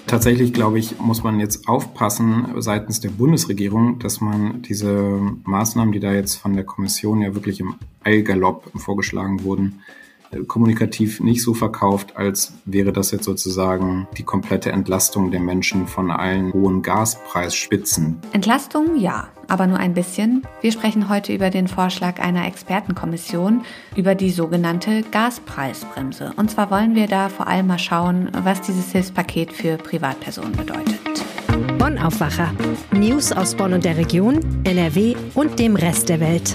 Tatsächlich, glaube ich, muss man jetzt aufpassen seitens der Bundesregierung, dass man diese Maßnahmen, die da jetzt von der Kommission ja wirklich im Eilgalopp vorgeschlagen wurden, kommunikativ nicht so verkauft, als wäre das jetzt sozusagen die komplette Entlastung der Menschen von allen hohen Gaspreisspitzen. Entlastung, ja, aber nur ein bisschen. Wir sprechen heute über den Vorschlag einer Expertenkommission über die sogenannte Gaspreisbremse. Und zwar wollen wir da vor allem mal schauen, was dieses Hilfspaket für Privatpersonen bedeutet. Bonn Aufwacher. News aus Bonn und der Region, NRW und dem Rest der Welt.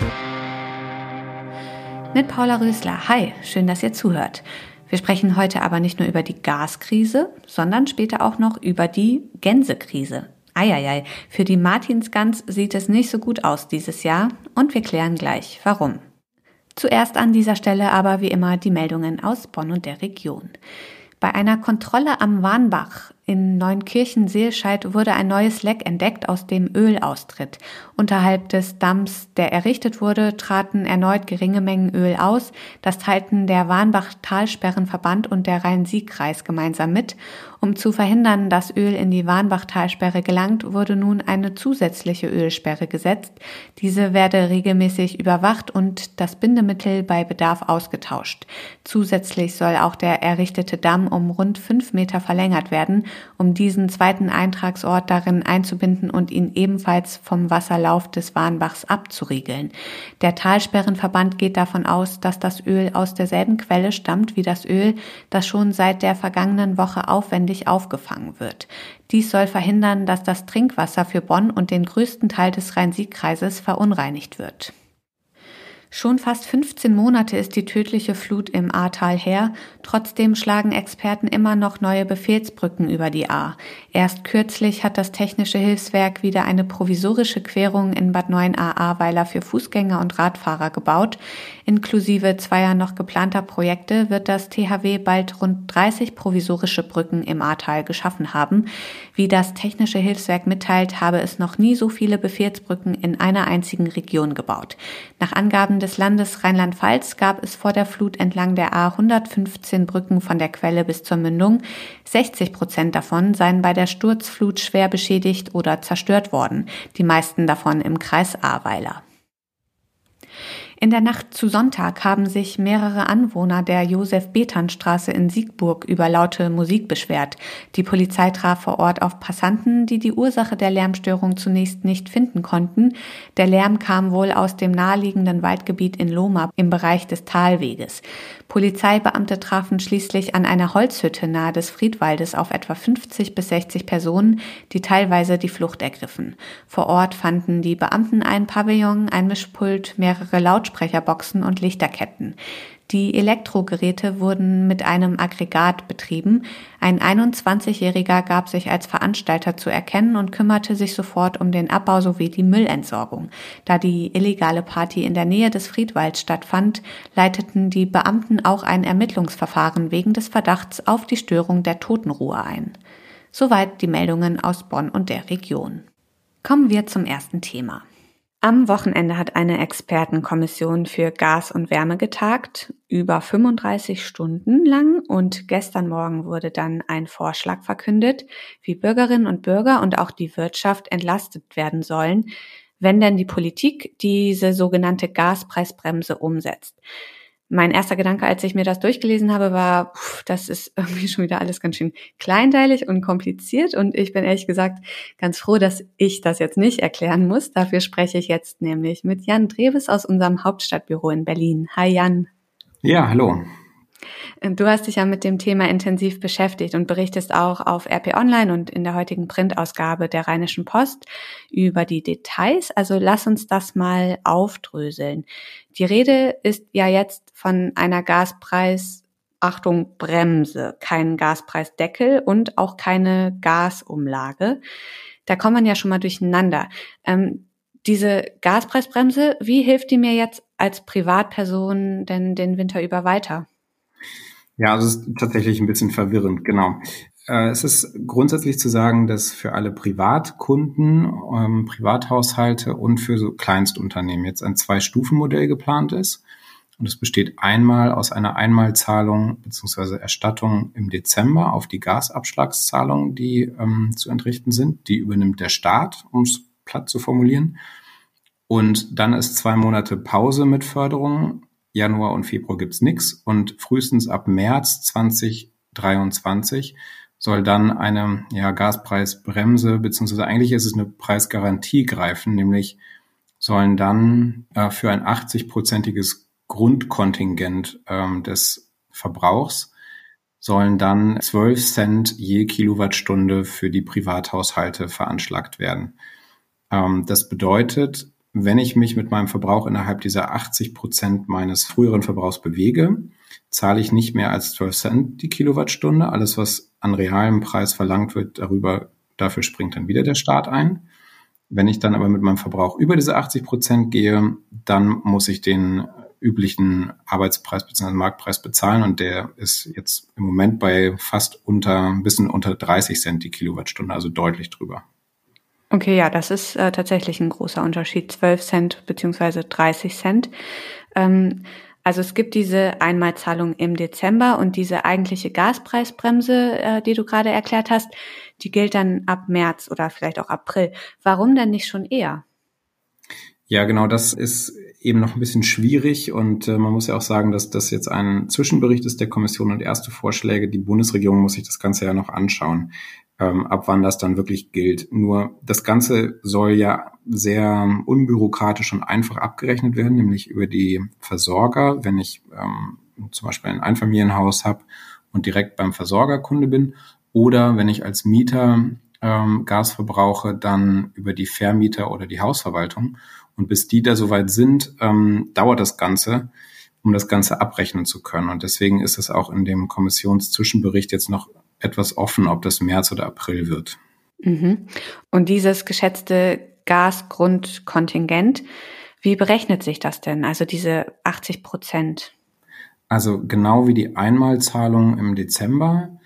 Mit Paula Rösler. Hi, schön, dass ihr zuhört. Wir sprechen heute aber nicht nur über die Gaskrise, sondern später auch noch über die Gänsekrise. Eieiei, für die Martinsgans sieht es nicht so gut aus dieses Jahr und wir klären gleich, warum. Zuerst an dieser Stelle aber wie immer die Meldungen aus Bonn und der Region. Bei einer Kontrolle am Warnbach in Neunkirchen-Seelscheid wurde ein neues Leck entdeckt, aus dem Öl austritt. Unterhalb des Damms, der errichtet wurde, traten erneut geringe Mengen Öl aus. Das teilten der Warnbach-Talsperrenverband und der Rhein-Sieg-Kreis gemeinsam mit. Um zu verhindern, dass Öl in die Warnbach-Talsperre gelangt, wurde nun eine zusätzliche Ölsperre gesetzt. Diese werde regelmäßig überwacht und das Bindemittel bei Bedarf ausgetauscht. Zusätzlich soll auch der errichtete Damm um rund 5 Meter verlängert werden, um diesen zweiten Eintragsort darin einzubinden und ihn ebenfalls vom Wasserlauf des Warnbachs abzuriegeln. Der Talsperrenverband geht davon aus, dass das Öl aus derselben Quelle stammt wie das Öl, das schon seit der vergangenen Woche aufwendig aufgefangen wird. Dies soll verhindern, dass das Trinkwasser für Bonn und den größten Teil des Rhein-Sieg-Kreises verunreinigt wird. Schon fast 15 Monate ist die tödliche Flut im Ahrtal her. Trotzdem schlagen Experten immer noch neue Befehlsbrücken über die Ahr. Erst kürzlich hat das Technische Hilfswerk wieder eine provisorische Querung in Bad Neuenahr-Ahrweiler für Fußgänger und Radfahrer gebaut. Inklusive zweier noch geplanter Projekte wird das THW bald rund 30 provisorische Brücken im Ahrtal geschaffen haben. Wie das Technische Hilfswerk mitteilt, habe es noch nie so viele Befehlsbrücken in einer einzigen Region gebaut. Nach Angaben des Landes Rheinland-Pfalz gab es vor der Flut entlang der Ahr 115 Brücken von der Quelle bis zur Mündung. 60% davon seien bei der Sturzflut schwer beschädigt oder zerstört worden, die meisten davon im Kreis Ahrweiler. In der Nacht zu Sonntag haben sich mehrere Anwohner der Josef-Bethern-Straße in Siegburg über laute Musik beschwert. Die Polizei traf vor Ort auf Passanten, die die Ursache der Lärmstörung zunächst nicht finden konnten. Der Lärm kam wohl aus dem naheliegenden Waldgebiet in Lohmar im Bereich des Talweges. Polizeibeamte trafen schließlich an einer Holzhütte nahe des Friedwaldes auf etwa 50 bis 60 Personen, die teilweise die Flucht ergriffen. Vor Ort fanden die Beamten ein Pavillon, ein Mischpult, mehrere Lautsprecherboxen und Lichterketten. Die Elektrogeräte wurden mit einem Aggregat betrieben. Ein 21-Jähriger gab sich als Veranstalter zu erkennen und kümmerte sich sofort um den Abbau sowie die Müllentsorgung. Da die illegale Party in der Nähe des Friedwalds stattfand, leiteten die Beamten auch ein Ermittlungsverfahren wegen des Verdachts auf die Störung der Totenruhe ein. Soweit die Meldungen aus Bonn und der Region. Kommen wir zum ersten Thema. Am Wochenende hat eine Expertenkommission für Gas und Wärme getagt, über 35 Stunden lang, und gestern Morgen wurde dann ein Vorschlag verkündet, wie Bürgerinnen und Bürger und auch die Wirtschaft entlastet werden sollen, wenn denn die Politik diese sogenannte Gaspreisbremse umsetzt. Mein erster Gedanke, als ich mir das durchgelesen habe, war, das ist irgendwie schon wieder alles ganz schön kleinteilig und kompliziert, und ich bin ehrlich gesagt ganz froh, dass ich das jetzt nicht erklären muss. Dafür spreche ich jetzt nämlich mit Jan Drewes aus unserem Hauptstadtbüro in Berlin. Hi Jan. Ja, hallo. Du hast dich ja mit dem Thema intensiv beschäftigt und berichtest auch auf RP Online und in der heutigen Printausgabe der Rheinischen Post über die Details. Also lass uns das mal aufdröseln. Die Rede ist ja jetzt von einer Bremse, kein Gaspreisdeckel und auch keine Gasumlage. Da kommt man ja schon mal durcheinander. Diese Gaspreisbremse, wie hilft die mir jetzt als Privatperson denn den Winter über weiter? Ja, also es ist tatsächlich ein bisschen verwirrend, genau. Es ist grundsätzlich zu sagen, dass für alle Privatkunden, Privathaushalte und für so Kleinstunternehmen jetzt ein 2-Stufen-Modell geplant ist. Und es besteht einmal aus einer Einmalzahlung bzw. Erstattung im Dezember auf die Gasabschlagszahlungen, die zu entrichten sind. Die übernimmt der Staat, um es platt zu formulieren. Und dann ist 2 Monate Pause mit Förderung. Januar und Februar gibt's nichts. Und frühestens ab März 2023 soll dann eine Gaspreisbremse, beziehungsweise eigentlich ist es eine Preisgarantie greifen, nämlich sollen dann für ein 80-prozentiges Grundkontingent des Verbrauchs sollen dann 12 Cent je Kilowattstunde für die Privathaushalte veranschlagt werden. Das bedeutet, wenn ich mich mit meinem Verbrauch innerhalb dieser 80% meines früheren Verbrauchs bewege, zahle ich nicht mehr als 12 Cent die Kilowattstunde. Alles, was an realem Preis verlangt wird, dafür springt dann wieder der Staat ein. Wenn ich dann aber mit meinem Verbrauch über diese 80% gehe, dann muss ich den üblichen Arbeitspreis bzw. Marktpreis bezahlen und der ist jetzt im Moment bei ein bisschen unter 30 Cent die Kilowattstunde, also deutlich drüber. Okay, ja, das ist tatsächlich ein großer Unterschied, 12 Cent beziehungsweise 30 Cent. Also es gibt diese Einmalzahlung im Dezember und diese eigentliche Gaspreisbremse, die du gerade erklärt hast, die gilt dann ab März oder vielleicht auch April. Warum denn nicht schon eher? Ja, genau, das ist eben noch ein bisschen schwierig und man muss ja auch sagen, dass das jetzt ein Zwischenbericht ist der Kommission und erste Vorschläge. Die Bundesregierung muss sich das Ganze ja noch anschauen, ab wann das dann wirklich gilt. Nur das Ganze soll ja sehr unbürokratisch und einfach abgerechnet werden, nämlich über die Versorger, wenn ich zum Beispiel ein Einfamilienhaus habe und direkt beim Versorger Kunde bin, oder wenn ich als Mieter Gas verbrauche, dann über die Vermieter oder die Hausverwaltung. Und bis die da soweit sind, dauert das Ganze, um das Ganze abrechnen zu können. Und deswegen ist es auch in dem Kommissionszwischenbericht jetzt noch etwas offen, ob das März oder April wird. Mhm. Und dieses geschätzte Gasgrundkontingent, wie berechnet sich das denn? Also diese 80%? Also genau wie die Einmalzahlung im Dezember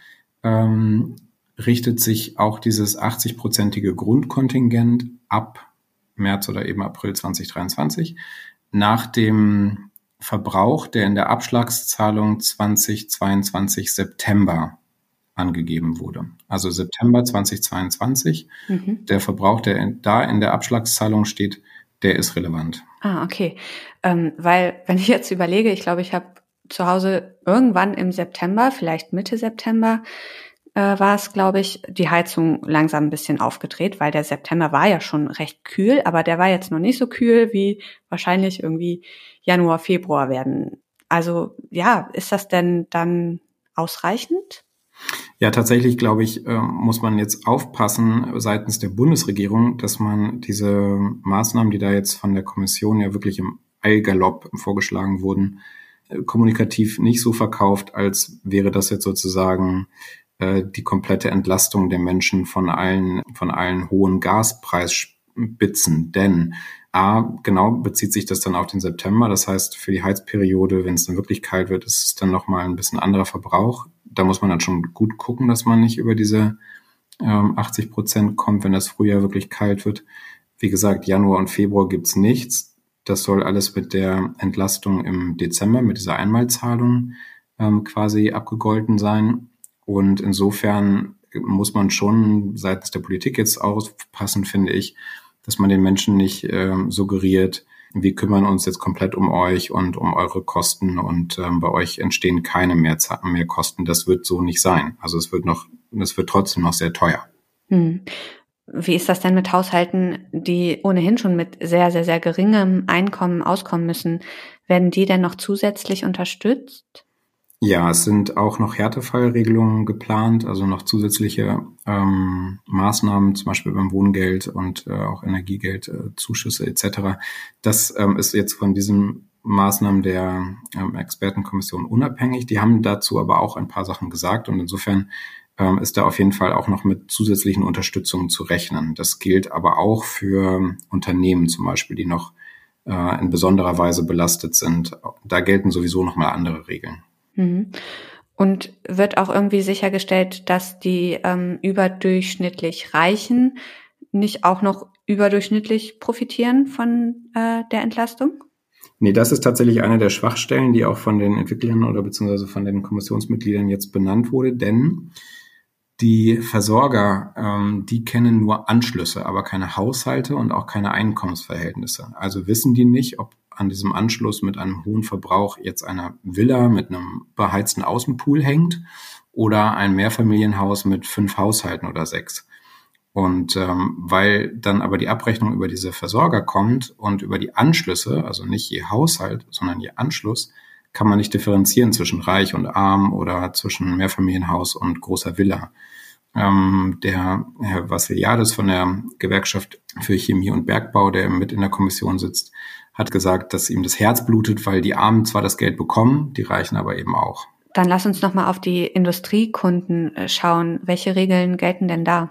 richtet sich auch dieses 80-prozentige Grundkontingent ab März oder eben April 2023 nach dem Verbrauch, der in der Abschlagszahlung 2022 September angegeben wurde. Also September 2022, der Verbrauch, der da in der Abschlagszahlung steht, der ist relevant. Ah, okay. Weil, wenn ich jetzt überlege, ich glaube, ich habe zu Hause irgendwann im September, vielleicht Mitte September, war es, glaube ich, die Heizung langsam ein bisschen aufgedreht, weil der September war ja schon recht kühl, aber der war jetzt noch nicht so kühl, wie wahrscheinlich irgendwie Januar, Februar werden. Also ja, ist das denn dann ausreichend? Ja, tatsächlich, glaube ich, muss man jetzt aufpassen seitens der Bundesregierung, dass man diese Maßnahmen, die da jetzt von der Kommission ja wirklich im Eilgalopp vorgeschlagen wurden, kommunikativ nicht so verkauft, als wäre das jetzt sozusagen die komplette Entlastung der Menschen von allen hohen Gaspreisspitzen. Denn genau bezieht sich das dann auf den September. Das heißt, für die Heizperiode, wenn es dann wirklich kalt wird, ist es dann nochmal ein bisschen anderer Verbrauch. Da muss man dann schon gut gucken, dass man nicht über diese 80% kommt, wenn das Frühjahr wirklich kalt wird. Wie gesagt, Januar und Februar gibt's nichts. Das soll alles mit der Entlastung im Dezember, mit dieser Einmalzahlung quasi abgegolten sein. Und insofern muss man schon seitens der Politik jetzt aufpassen, finde ich, dass man den Menschen nicht suggeriert, wir kümmern uns jetzt komplett um euch und um eure Kosten und bei euch entstehen keine mehr Kosten. Das wird so nicht sein. Also es wird trotzdem noch sehr teuer. Wie ist das denn mit Haushalten, die ohnehin schon mit sehr, sehr, sehr geringem Einkommen auskommen müssen? Werden die denn noch zusätzlich unterstützt? Ja, es sind auch noch Härtefallregelungen geplant, also noch zusätzliche Maßnahmen, zum Beispiel beim Wohngeld und auch Energiegeld, Zuschüsse etc. Das ist jetzt von diesen Maßnahmen der Expertenkommission unabhängig. Die haben dazu aber auch ein paar Sachen gesagt und insofern ist da auf jeden Fall auch noch mit zusätzlichen Unterstützungen zu rechnen. Das gilt aber auch für Unternehmen zum Beispiel, die noch in besonderer Weise belastet sind. Da gelten sowieso nochmal andere Regeln. Und wird auch irgendwie sichergestellt, dass die überdurchschnittlich Reichen nicht auch noch überdurchschnittlich profitieren von der Entlastung? Nee, das ist tatsächlich eine der Schwachstellen, die auch von den Entwicklern oder beziehungsweise von den Kommissionsmitgliedern jetzt benannt wurde, denn die Versorger, die kennen nur Anschlüsse, aber keine Haushalte und auch keine Einkommensverhältnisse. Also wissen die nicht, ob an diesem Anschluss mit einem hohen Verbrauch jetzt eine Villa mit einem beheizten Außenpool hängt oder ein Mehrfamilienhaus mit 5 Haushalten oder 6. Und weil dann aber die Abrechnung über diese Versorger kommt und über die Anschlüsse, also nicht je Haushalt, sondern je Anschluss, kann man nicht differenzieren zwischen reich und arm oder zwischen Mehrfamilienhaus und großer Villa. Der Herr Vassiliadis von der Gewerkschaft für Chemie und Bergbau, der mit in der Kommission sitzt, hat gesagt, dass ihm das Herz blutet, weil die Armen zwar das Geld bekommen, die Reichen aber eben auch. Dann lass uns nochmal auf die Industriekunden schauen. Welche Regeln gelten denn da?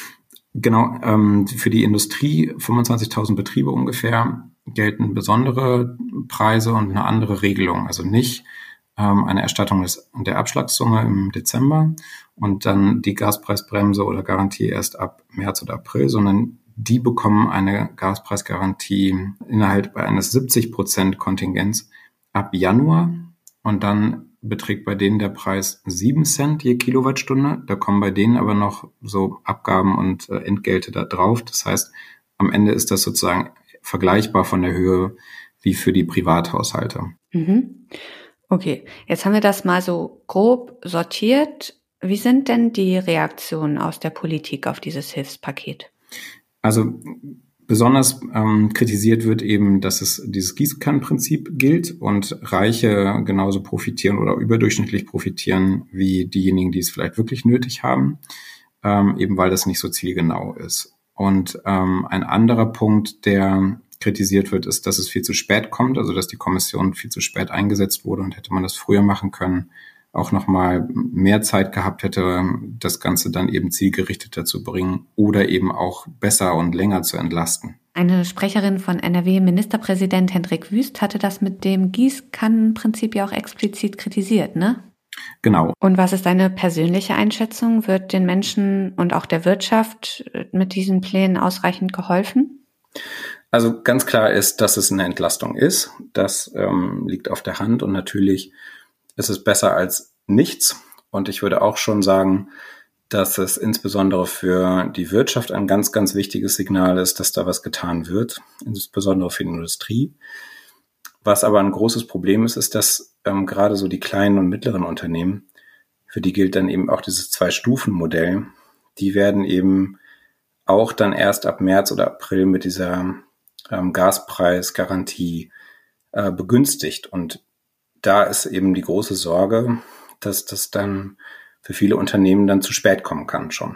Genau, für die Industrie, 25.000 Betriebe ungefähr, gelten besondere Preise und eine andere Regelung. Also nicht eine Erstattung der Abschlagssumme im Dezember und dann die Gaspreisbremse oder Garantie erst ab März oder April, sondern die bekommen eine Gaspreisgarantie innerhalb eines 70% Kontingents ab Januar und dann beträgt bei denen der Preis 7 Cent je Kilowattstunde. Da kommen bei denen aber noch so Abgaben und Entgelte da drauf. Das heißt, am Ende ist das sozusagen vergleichbar von der Höhe wie für die Privathaushalte. Mhm. Okay, jetzt haben wir das mal so grob sortiert. Wie sind denn die Reaktionen aus der Politik auf dieses Hilfspaket? Also besonders kritisiert wird eben, dass es dieses Gießkannenprinzip gilt und Reiche genauso profitieren oder überdurchschnittlich profitieren wie diejenigen, die es vielleicht wirklich nötig haben, eben weil das nicht so zielgenau ist. Und ein anderer Punkt, der kritisiert wird, ist, dass es viel zu spät kommt, also dass die Kommission viel zu spät eingesetzt wurde und hätte man das früher machen können, auch nochmal mehr Zeit gehabt hätte, das Ganze dann eben zielgerichteter zu bringen oder eben auch besser und länger zu entlasten. Eine Sprecherin von NRW-Ministerpräsident Hendrik Wüst hatte das mit dem Gießkannenprinzip ja auch explizit kritisiert, ne? Genau. Und was ist deine persönliche Einschätzung? Wird den Menschen und auch der Wirtschaft mit diesen Plänen ausreichend geholfen? Also ganz klar ist, dass es eine Entlastung ist. Das liegt auf der Hand und natürlich ist es besser als nichts. Und ich würde auch schon sagen, dass es insbesondere für die Wirtschaft ein ganz, ganz wichtiges Signal ist, dass da was getan wird, insbesondere für die Industrie. Was aber ein großes Problem ist, ist, dass gerade so die kleinen und mittleren Unternehmen, für die gilt dann eben auch dieses 2-Stufen-Modell, die werden eben auch dann erst ab März oder April mit dieser Gaspreisgarantie begünstigt. Und da ist eben die große Sorge, dass das dann für viele Unternehmen dann zu spät kommen kann schon.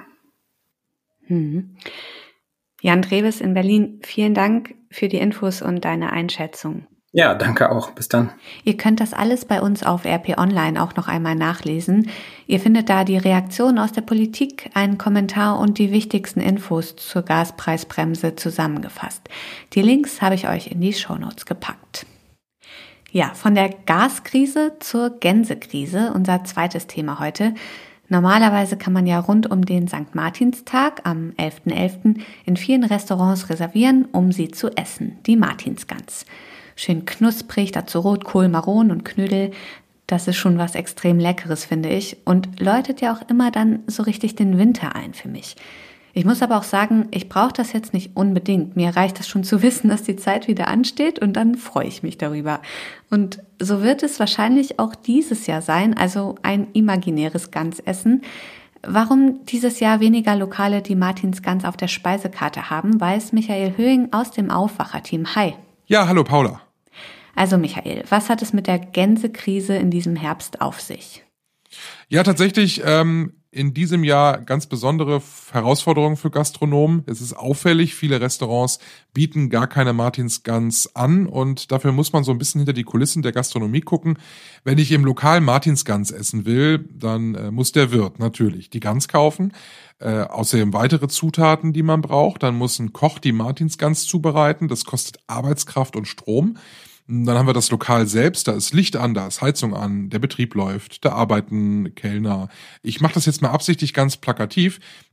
Jan Drewes in Berlin, vielen Dank für die Infos und deine Einschätzung. Ja, danke auch. Bis dann. Ihr könnt das alles bei uns auf RP Online auch noch einmal nachlesen. Ihr findet da die Reaktionen aus der Politik, einen Kommentar und die wichtigsten Infos zur Gaspreisbremse zusammengefasst. Die Links habe ich euch in die Shownotes gepackt. Ja, von der Gaskrise zur Gänsekrise, unser zweites Thema heute. Normalerweise kann man ja rund um den St. Martinstag am 11.11. in vielen Restaurants reservieren, um sie zu essen, die Martinsgans. Schön knusprig, dazu Rotkohl, Maronen und Knödel. Das ist schon was extrem Leckeres, finde ich. Und läutet ja auch immer dann so richtig den Winter ein für mich. Ich muss aber auch sagen, ich brauche das jetzt nicht unbedingt. Mir reicht das schon zu wissen, dass die Zeit wieder ansteht und dann freue ich mich darüber. Und so wird es wahrscheinlich auch dieses Jahr sein, also ein imaginäres Gansessen. Warum dieses Jahr weniger Lokale die Martinsgans auf der Speisekarte haben, weiß Michael Höhing aus dem Aufwacherteam. Hi. Ja, hallo Paula. Also Michael, was hat es mit der Gänsekrise in diesem Herbst auf sich? Ja, tatsächlich in diesem Jahr ganz besondere Herausforderungen für Gastronomen. Es ist auffällig, viele Restaurants bieten gar keine Martinsgans an und dafür muss man so ein bisschen hinter die Kulissen der Gastronomie gucken. Wenn ich im Lokal Martinsgans essen will, dann muss der Wirt natürlich die Gans kaufen. Außerdem weitere Zutaten, die man braucht. Dann muss ein Koch die Martinsgans zubereiten. Das kostet Arbeitskraft und Strom. Dann haben wir das Lokal selbst, da ist Licht an, da ist Heizung an, der Betrieb läuft, da arbeiten Kellner. Ich mache das jetzt mal absichtlich ganz plakativ.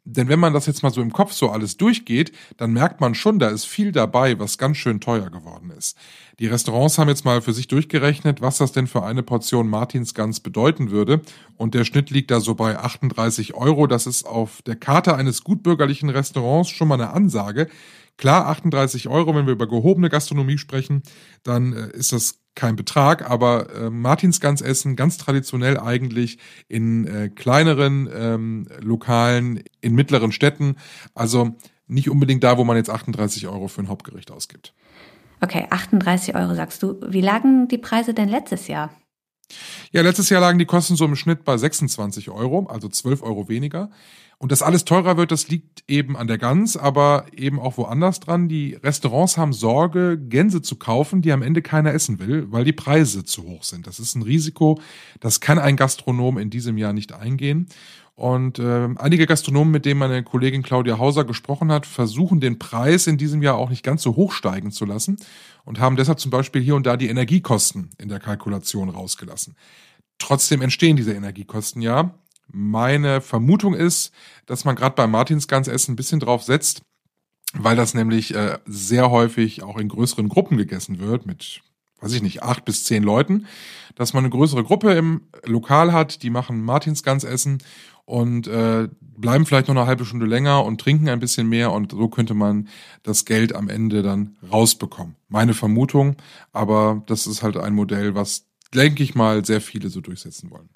Denn wenn man das jetzt mal so im Kopf so alles durchgeht, dann merkt man schon, da ist viel dabei, was ganz schön teuer geworden ist. Die Restaurants haben jetzt mal für sich durchgerechnet, was das denn für eine Portion Martinsgans bedeuten würde. Und der Schnitt liegt da so bei 38 €. Das ist auf der Karte eines gutbürgerlichen Restaurants schon mal eine Ansage. Klar, 38 €, wenn wir über gehobene Gastronomie sprechen, dann ist das kein Betrag, aber Martinsgans essen, ganz traditionell eigentlich in kleineren Lokalen, in mittleren Städten, also nicht unbedingt da, wo man jetzt 38 € für ein Hauptgericht ausgibt. Okay, 38 € sagst du. Wie lagen die Preise denn letztes Jahr? Ja, letztes Jahr lagen die Kosten so im Schnitt bei 26 €, also 12 € weniger. Und dass alles teurer wird, das liegt eben an der Gans, aber eben auch woanders dran. Die Restaurants haben Sorge, Gänse zu kaufen, die am Ende keiner essen will, weil die Preise zu hoch sind. Das ist ein Risiko, das kann ein Gastronom in diesem Jahr nicht eingehen. Und einige Gastronomen, mit denen meine Kollegin Claudia Hauser gesprochen hat, versuchen den Preis in diesem Jahr auch nicht ganz so hoch steigen zu lassen und haben deshalb zum Beispiel hier und da die Energiekosten in der Kalkulation rausgelassen. Trotzdem entstehen diese Energiekosten ja. Meine Vermutung ist, dass man gerade beim Martinsgansessen ein bisschen drauf setzt, weil das nämlich sehr häufig auch in größeren Gruppen gegessen wird, mit, 8 bis 10 Leuten, dass man eine größere Gruppe im Lokal hat, die machen Martinsgansessen und bleiben vielleicht noch eine halbe Stunde länger und trinken ein bisschen mehr und so könnte man das Geld am Ende dann rausbekommen. Meine Vermutung, aber das ist halt ein Modell, was, denke ich mal, sehr viele so durchsetzen wollen.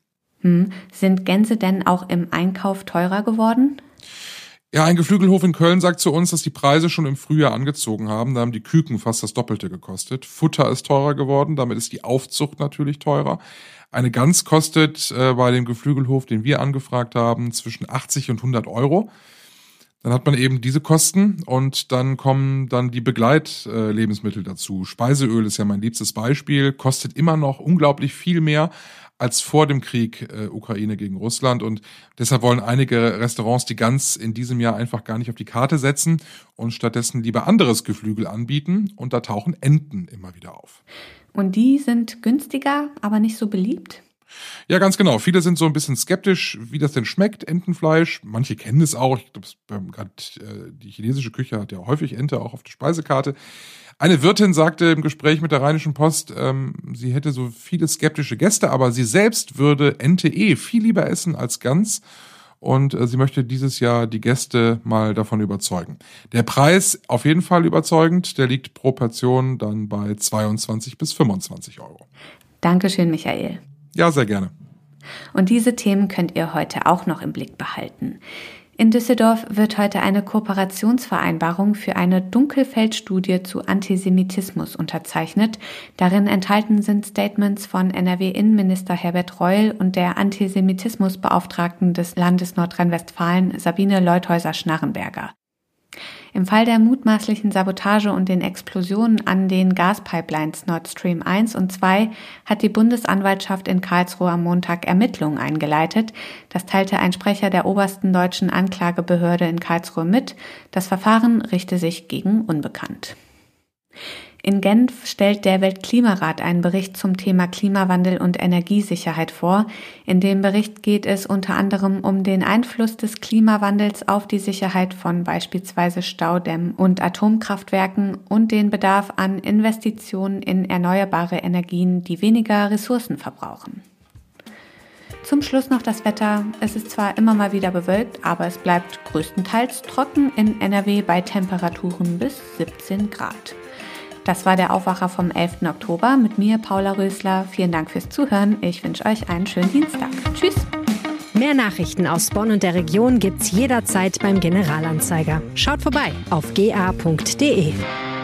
Sind Gänse denn auch im Einkauf teurer geworden? Ja, ein Geflügelhof in Köln sagt zu uns, dass die Preise schon im Frühjahr angezogen haben. Da haben die Küken fast das Doppelte gekostet. Futter ist teurer geworden, damit ist die Aufzucht natürlich teurer. Eine Gans kostet bei dem Geflügelhof, den wir angefragt haben, zwischen 80 und 100 €. Dann hat man eben diese Kosten und dann kommen dann die Begleitlebensmittel dazu. Speiseöl ist ja mein liebstes Beispiel, kostet immer noch unglaublich viel mehr als vor dem Krieg Ukraine gegen Russland und deshalb wollen einige Restaurants die Gans in diesem Jahr einfach gar nicht auf die Karte setzen und stattdessen lieber anderes Geflügel anbieten und da tauchen Enten immer wieder auf. Und die sind günstiger, aber nicht so beliebt? Ja, ganz genau. Viele sind so ein bisschen skeptisch, wie das denn schmeckt, Entenfleisch. Manche kennen es auch. Ich glaube, gerade die chinesische Küche hat ja häufig Ente auch auf der Speisekarte. Eine Wirtin sagte im Gespräch mit der Rheinischen Post, sie hätte so viele skeptische Gäste, aber sie selbst würde Ente viel lieber essen als Gans. Und sie möchte dieses Jahr die Gäste mal davon überzeugen. Der Preis auf jeden Fall überzeugend. Der liegt pro Portion dann bei 22 bis 25 €. Dankeschön, Michael. Ja, sehr gerne. Und diese Themen könnt ihr heute auch noch im Blick behalten. In Düsseldorf wird heute eine Kooperationsvereinbarung für eine Dunkelfeldstudie zu Antisemitismus unterzeichnet. Darin enthalten sind Statements von NRW-Innenminister Herbert Reul und der Antisemitismusbeauftragten des Landes Nordrhein-Westfalen Sabine Leuthäuser-Schnarrenberger. Im Fall der mutmaßlichen Sabotage und den Explosionen an den Gaspipelines Nord Stream 1 und 2 hat die Bundesanwaltschaft in Karlsruhe am Montag Ermittlungen eingeleitet. Das teilte ein Sprecher der obersten deutschen Anklagebehörde in Karlsruhe mit. Das Verfahren richte sich gegen Unbekannt. In Genf stellt der Weltklimarat einen Bericht zum Thema Klimawandel und Energiesicherheit vor. In dem Bericht geht es unter anderem um den Einfluss des Klimawandels auf die Sicherheit von beispielsweise Staudämmen und Atomkraftwerken und den Bedarf an Investitionen in erneuerbare Energien, die weniger Ressourcen verbrauchen. Zum Schluss noch das Wetter. Es ist zwar immer mal wieder bewölkt, aber es bleibt größtenteils trocken in NRW bei Temperaturen bis 17 Grad. Das war der Aufwacher vom 11. Oktober mit mir, Paula Rösler. Vielen Dank fürs Zuhören. Ich wünsche euch einen schönen Dienstag. Tschüss. Mehr Nachrichten aus Bonn und der Region gibt's jederzeit beim Generalanzeiger. Schaut vorbei auf ga.de.